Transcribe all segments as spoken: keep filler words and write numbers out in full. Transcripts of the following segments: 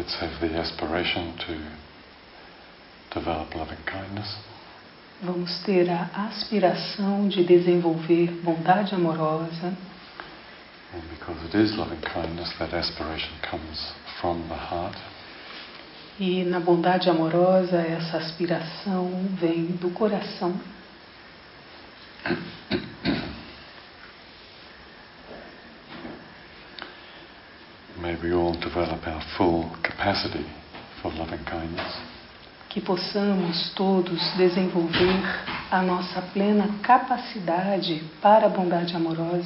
let's have the aspiration to develop loving kindness. Vamos ter a aspiração de desenvolver bondade amorosa. And because it is loving kindness, that aspiration comes from the heart. E na bondade amorosa, essa aspiração vem do coração. May we all develop our full capacity for loving kindness. Que possamos todos desenvolver a nossa plena capacidade para a bondade amorosa.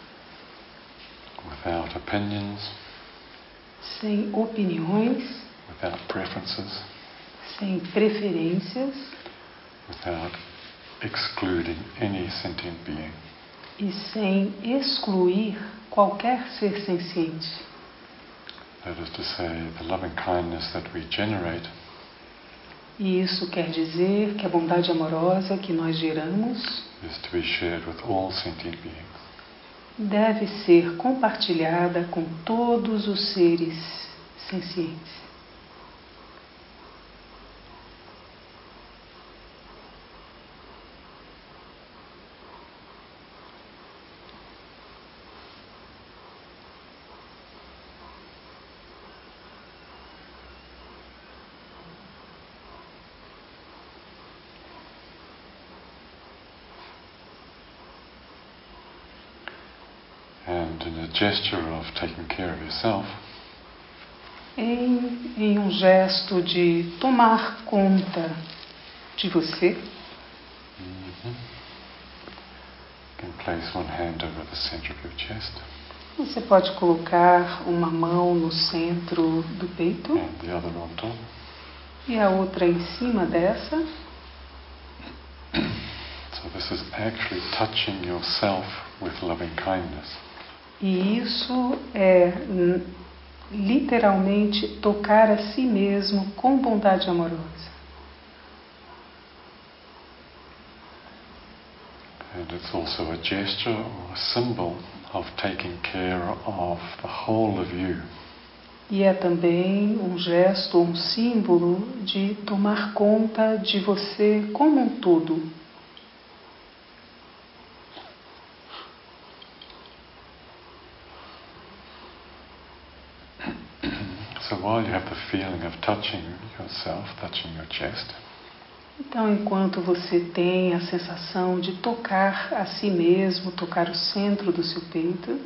Without opinions. Sem opiniões. Without preferences. Sem preferências. Without excluding any sentient being. E sem excluir qualquer ser senciente. That is to say, the loving kindness that we generate. E isso quer dizer que a bondade amorosa que nós geramos is to be shared with all sentient beings. Deve ser compartilhada com todos os seres sencientes. And in a gesture of taking care of yourself, em, em um gesto de tomar conta de você, mm-hmm. you can place one hand over the center of your chest. Você pode colocar uma mão no centro do peito and the other on top. E a outra em cima dessa. So this is actually touching yourself with loving kindness. E isso é literalmente tocar a si mesmo com bondade amorosa. And it's also a gesture or a symbol of taking care of the whole of you. E é também um gesto, um símbolo de tomar conta de você como um todo. So while you have the feeling of touching yourself, touching your chest, então, enquanto você tem a sensação de tocar a si mesmo, tocar o centro do seu peito,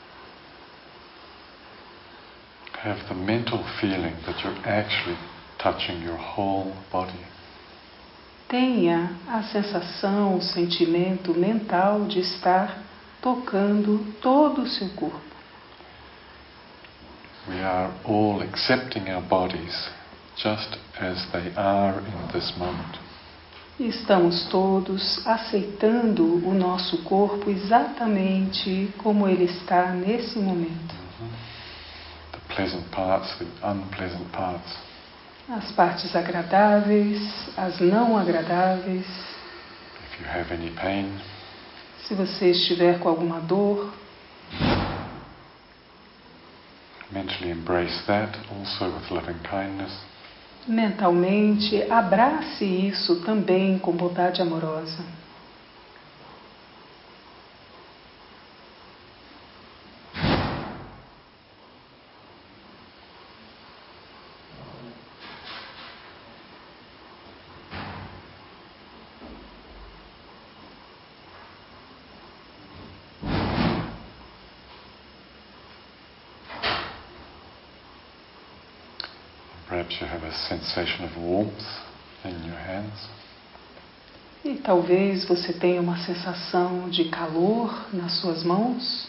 have the mental feeling that you're actually touching your whole body. Tenha a sensação, o sentimento mental de estar tocando todo o seu corpo. We are all accepting our bodies just as they are in this moment. Estamos todos aceitando o nosso corpo exatamente como ele está nesse momento. Mm-hmm. The pleasant parts, the unpleasant parts. As partes agradáveis, as não agradáveis. If you have any pain, se você estiver com alguma dor, mentally embrace that also with loving kindness. Mentalmente abrace isso também com bondade amorosa. Perhaps you have a sensation of warmth in your hands. E talvez você tenha uma sensação de calor nas suas mãos.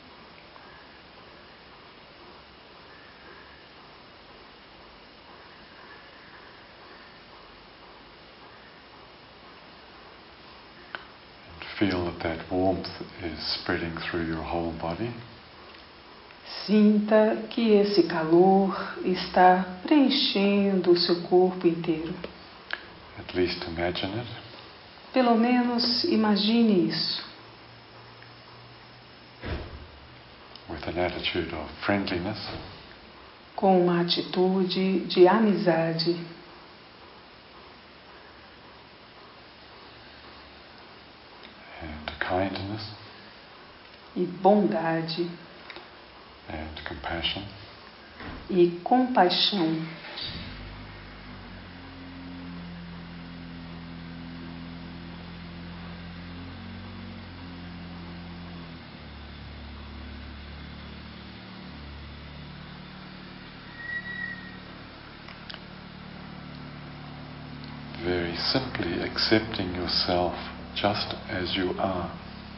And feel that that warmth is spreading through your whole body. Sinta que esse calor está preenchendo o seu corpo inteiro. At least imagine it. Pelo menos imagine isso. With an attitude of friendliness. com uma atitude de amizade and kindness e bondade and compassion. e compaixão. Very simply accepting yourself just as you are.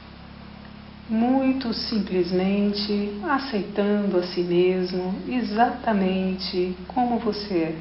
Muito simplesmente aceitando a si mesmo exatamente como você é.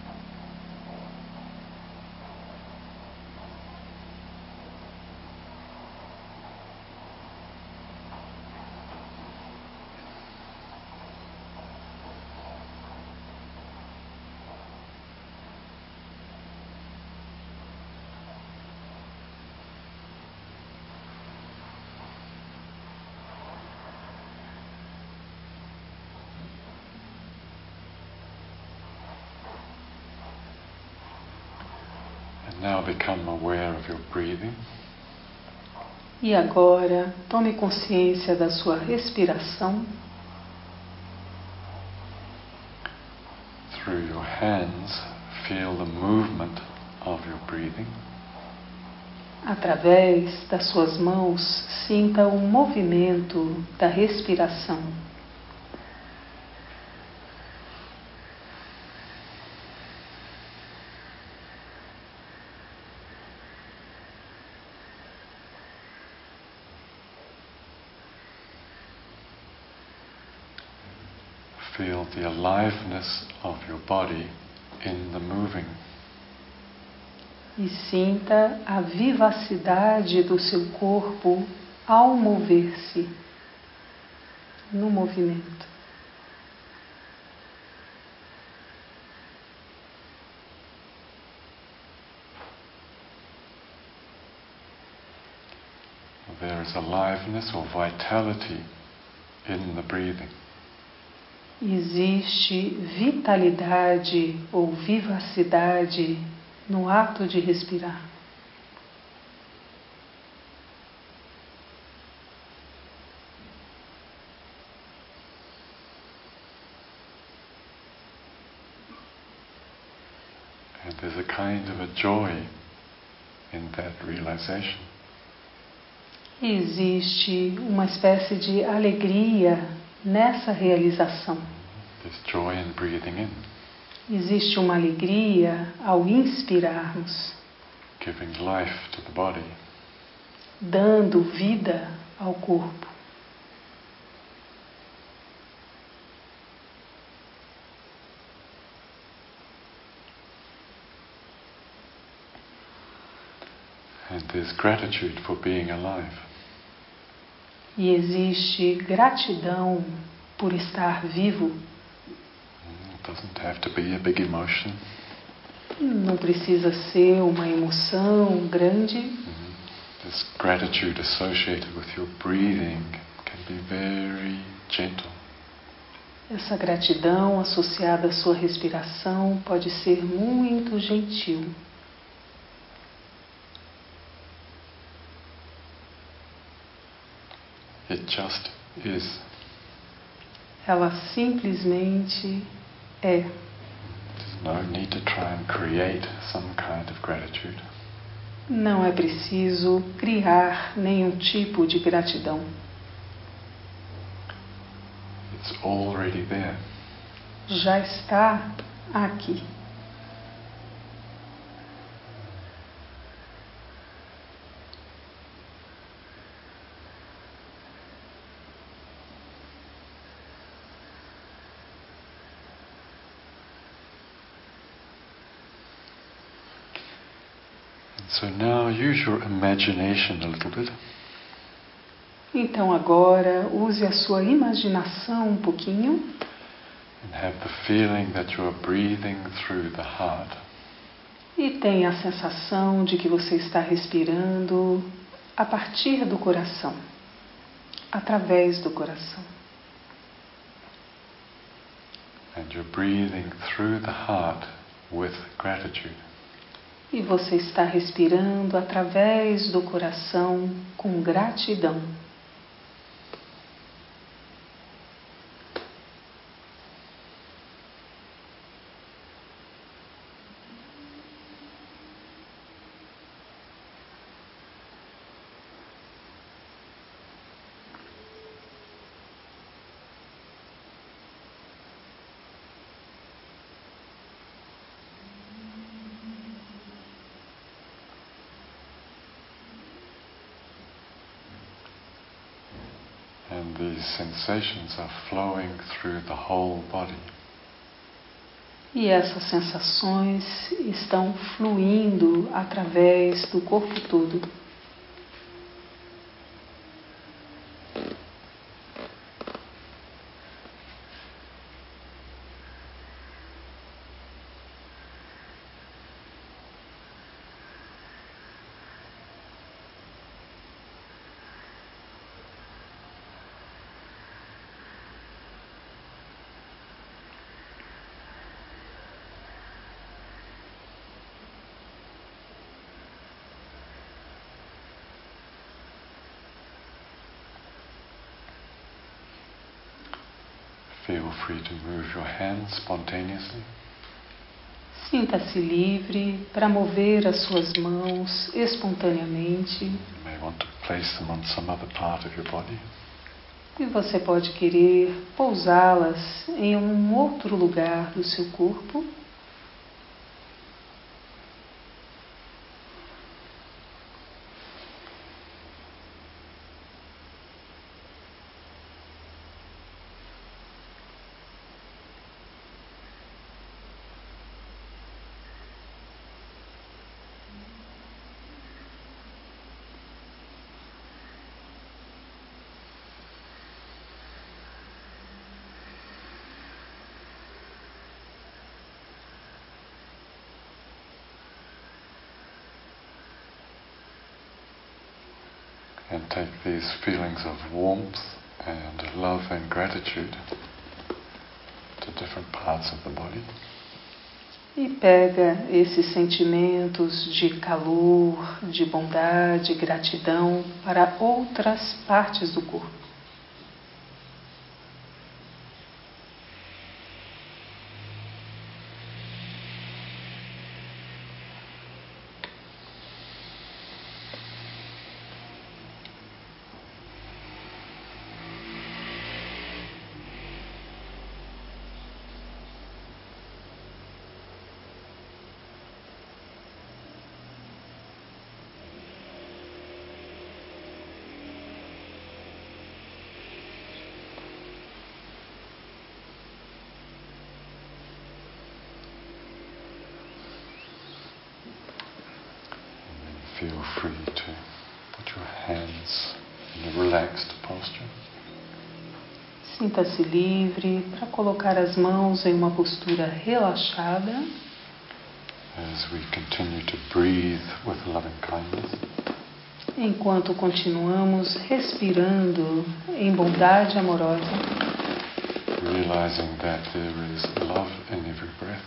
Now become aware of your breathing. E agora, tome consciência da sua respiração. Through your hands, feel the movement of your breathing. Através das suas mãos, sinta o movimento da respiração. Feel the aliveness of your body in the moving. E sinta a vivacidade do seu corpo ao mover-se no movimento. There is aliveness or vitality in the breathing. Existe vitalidade ou vivacidade no ato de respirar. And there's a kind of a joy in that realization. Existe uma espécie de alegria nessa realização. There's joy in breathing in. Existe uma alegria ao inspirarmos, Giving life to the body. dando vida ao corpo. And there's gratitude for being alive. E existe gratidão por estar vivo. It doesn't have to be a big emotion. Não precisa ser uma emoção grande. Mm-hmm. This gratitude associated with your breathing can be very gentle. Essa gratidão associada à sua respiração pode ser muito gentil. It just is. Ela simplesmente é. There's no need to try and create some kind of gratitude. Não é preciso criar nenhum tipo de gratidão. It's already there. Já está aqui. So now use your imagination a little bit. Então agora use a sua imaginação um pouquinho. And have the feeling that you are breathing through the heart. E tenha a sensação de que você está respirando a partir do coração, através do coração. And you're breathing through the heart with gratitude. E você está respirando através do coração com gratidão. And these sensations are flowing through the whole body. E essas sensações estão fluindo através do corpo todo. Feel free to move your hands spontaneously. Sinta-se livre para mover as suas mãos espontaneamente. You may want to place them on some other part of your body. E você pode querer pousá-las em um outro lugar do seu corpo. And take these feelings of warmth and love and gratitude to different parts of the body. E pega esses sentimentos de calor, de bondade, gratidão para outras partes do corpo. Feel free to put your hands in a relaxed posture. Sinta-se livre para colocar as mãos em uma postura relaxada. As we continue to breathe with loving kindness. Enquanto continuamos respirando em bondade amorosa. Realizing that there is love in every breath.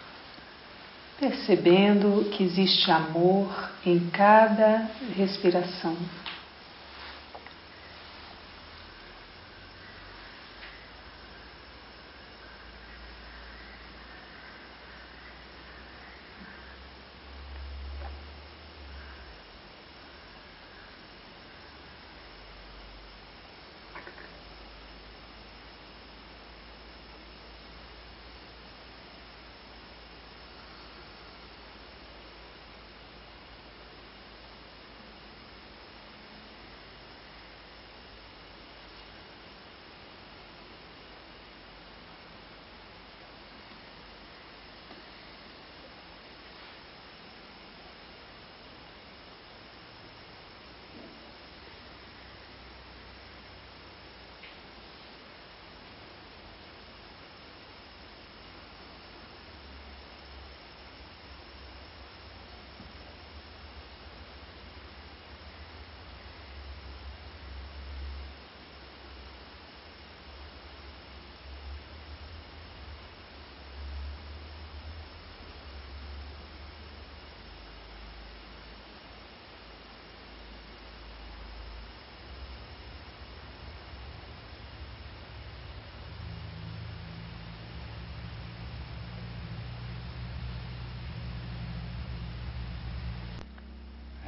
Percebendo que existe amor em cada respiração.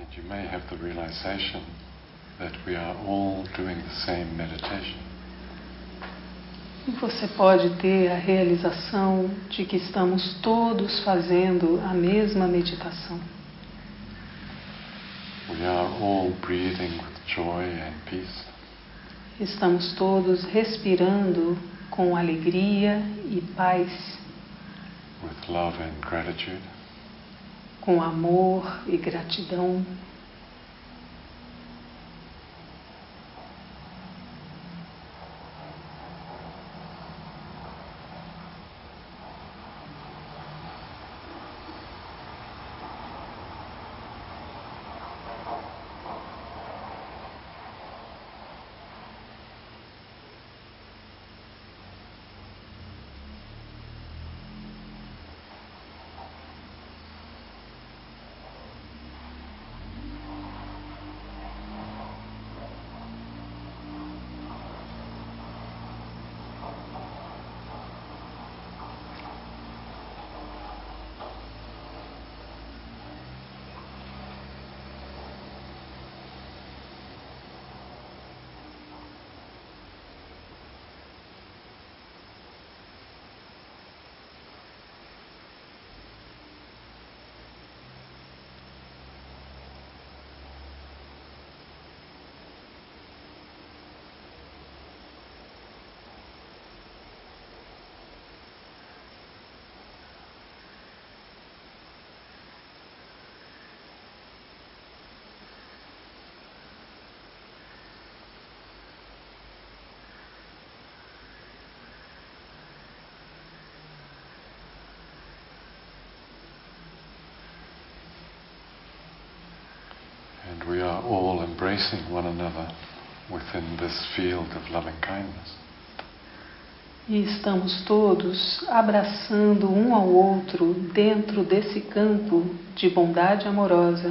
And you may have the realization that we are all doing the same meditation. E você pode ter a realização de que estamos todos fazendo a mesma meditação. We are all breathing with joy and peace. Estamos todos respirando com alegria e paz, with love and gratitude. Com amor e gratidão. And we are all embracing one another within this field of loving kindness. E estamos todos abraçando um ao outro dentro desse campo de bondade amorosa.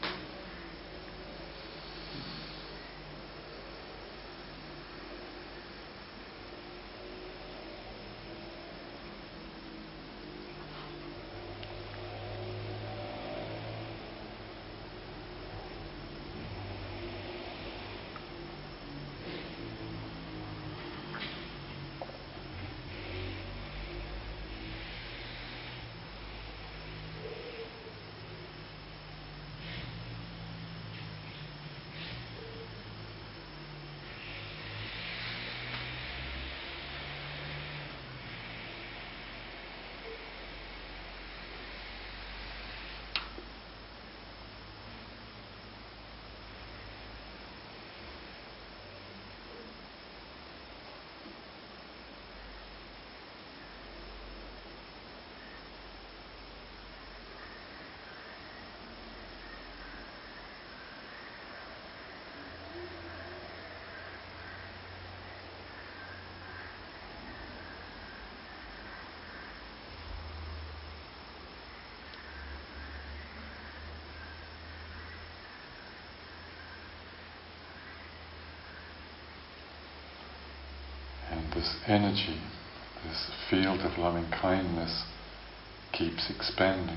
And this energy, this field of loving kindness keeps expanding.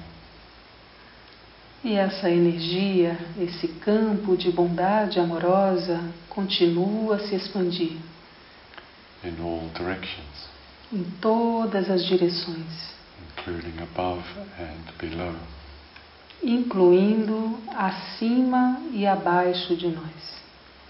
E essa energia, esse campo de bondade amorosa continua a se expandir in all directions, em todas as direções, including above and below. incluindo acima e abaixo de nós.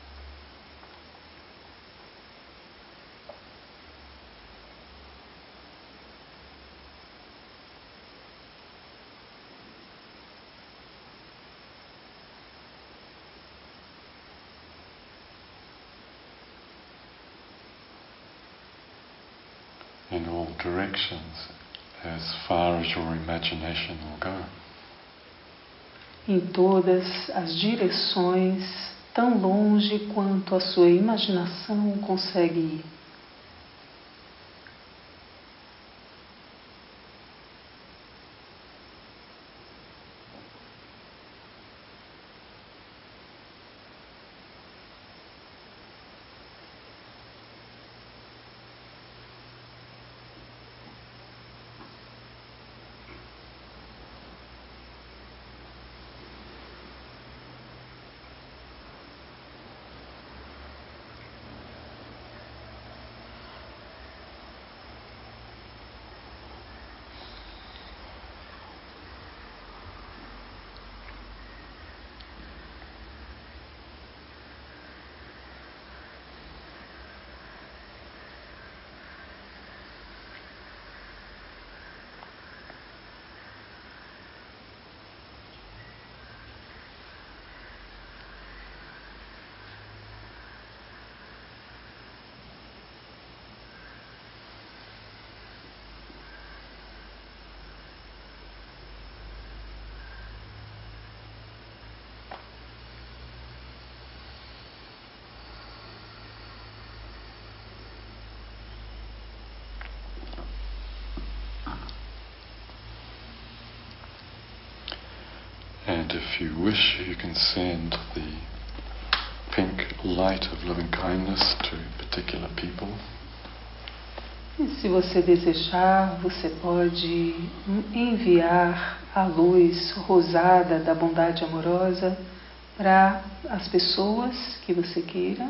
In all directions, as far as your imagination will go. Em todas as direções, tão longe quanto a sua imaginação consegue ir. And if you wish, you can send the pink light of loving kindness to particular people. E se você desejar, você pode enviar a luz rosada da bondade amorosa para as pessoas que você queira.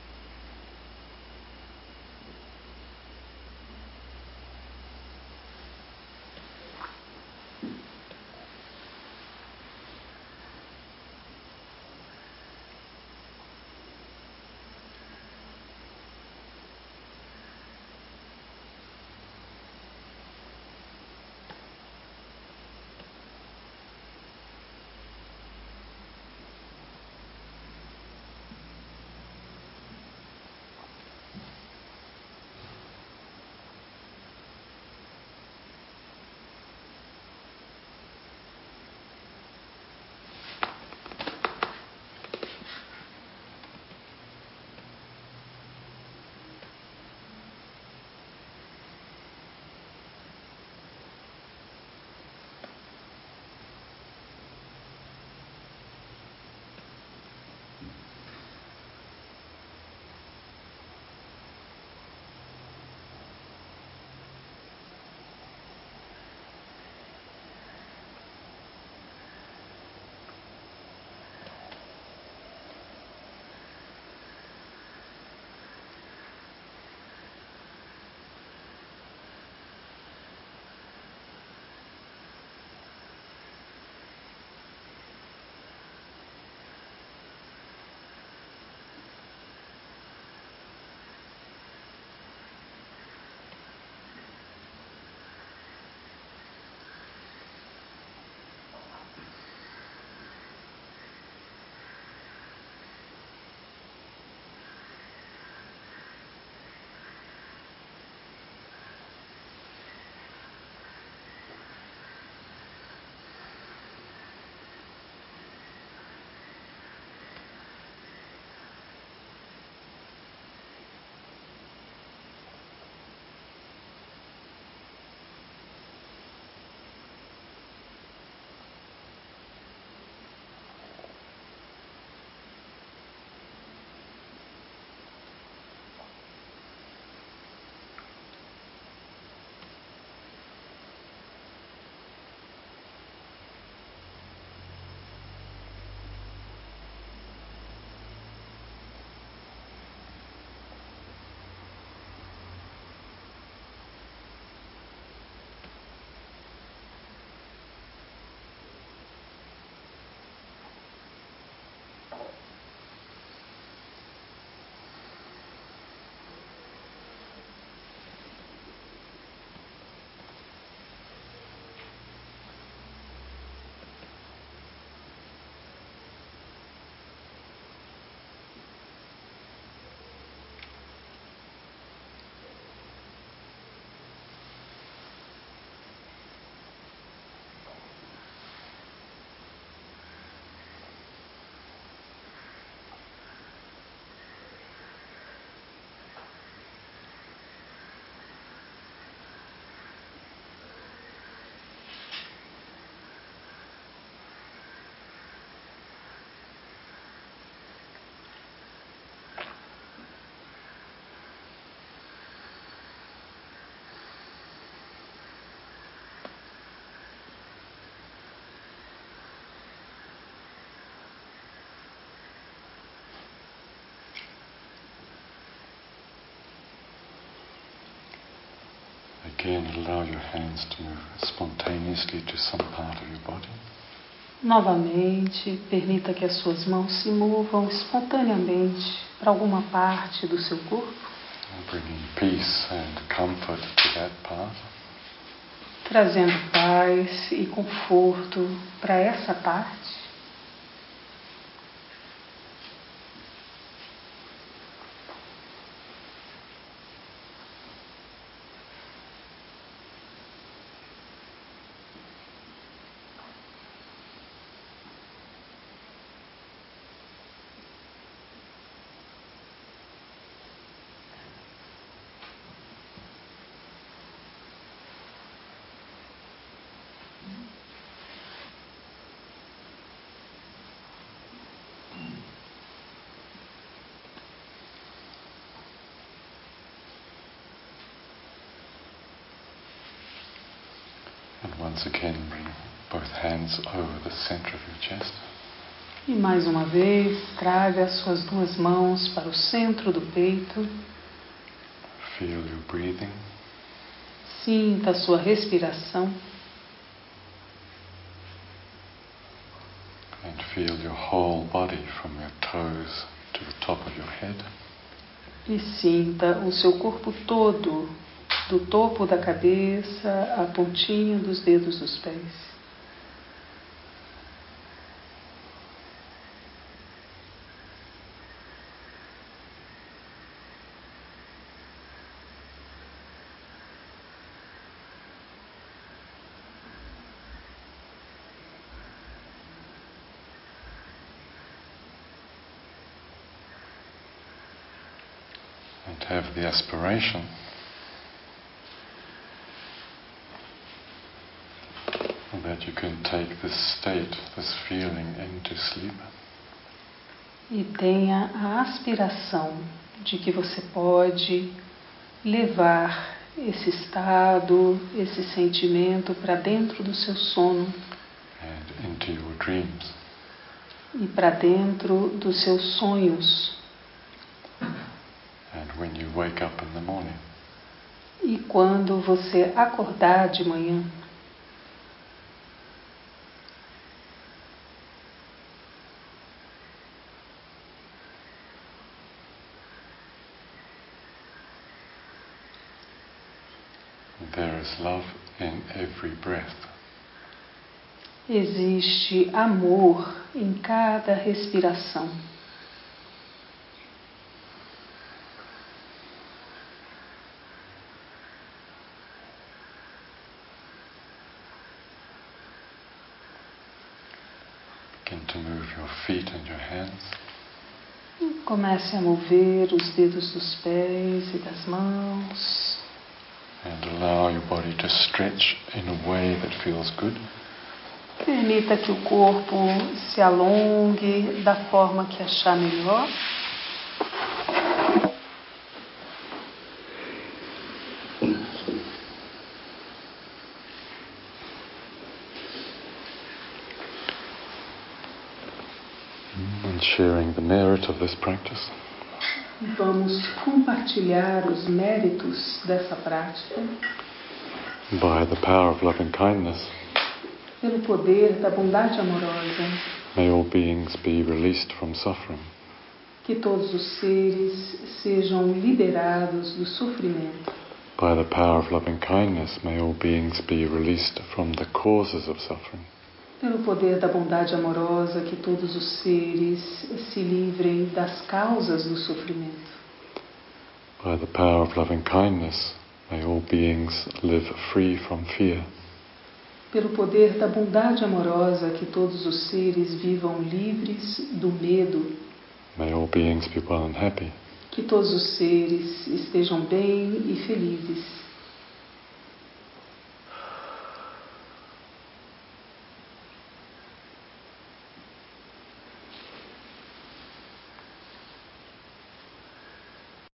Again, allow your hands to move spontaneously to some part of your body. Novamente, permita que as suas mãos se movam espontaneamente para alguma parte do seu corpo. Bringing peace and comfort to that part. Trazendo paz e conforto para essa parte. once again bring both hands over the center of your chest. E mais uma vez, traga suas duas mãos para o centro do peito. Feel your breathing. Sinta a sua respiração. And feel your whole body from your toes to the top of your head. E sinta o seu corpo todo, do topo da cabeça à pontinha dos dedos dos pés. And have the aspiration that you can take this state, this feeling into sleep. E tenha a aspiração de que você pode levar esse estado, esse sentimento para dentro do seu sono. And into your dreams. E para dentro dos seus sonhos. And when you wake up in the morning. E quando você acordar de manhã. There is love in every breath. Existe amor em cada respiração. Begin to move your feet and your hands. Comece a mover os dedos dos pés e das mãos. And allow your body to stretch in a way that feels good. Permita que o corpo se alongue da forma que achar melhor. And sharing the merit of this practice. Vamos compartilhar os méritos dessa prática. By the power of loving kindness. Pelo poder da bondade amorosa. May all beings be released from suffering. Que todos os seres sejam liberados do sofrimento. By the power of loving kindness, may all beings be released from the causes of suffering. Pelo poder da bondade amorosa, que todos os seres se livrem das causas do sofrimento. By the power of loving kindness, may all beings live free from fear. Pelo poder da bondade amorosa, que todos os seres vivam livres do medo. May all beings be well and happy. Que todos os seres estejam bem e felizes.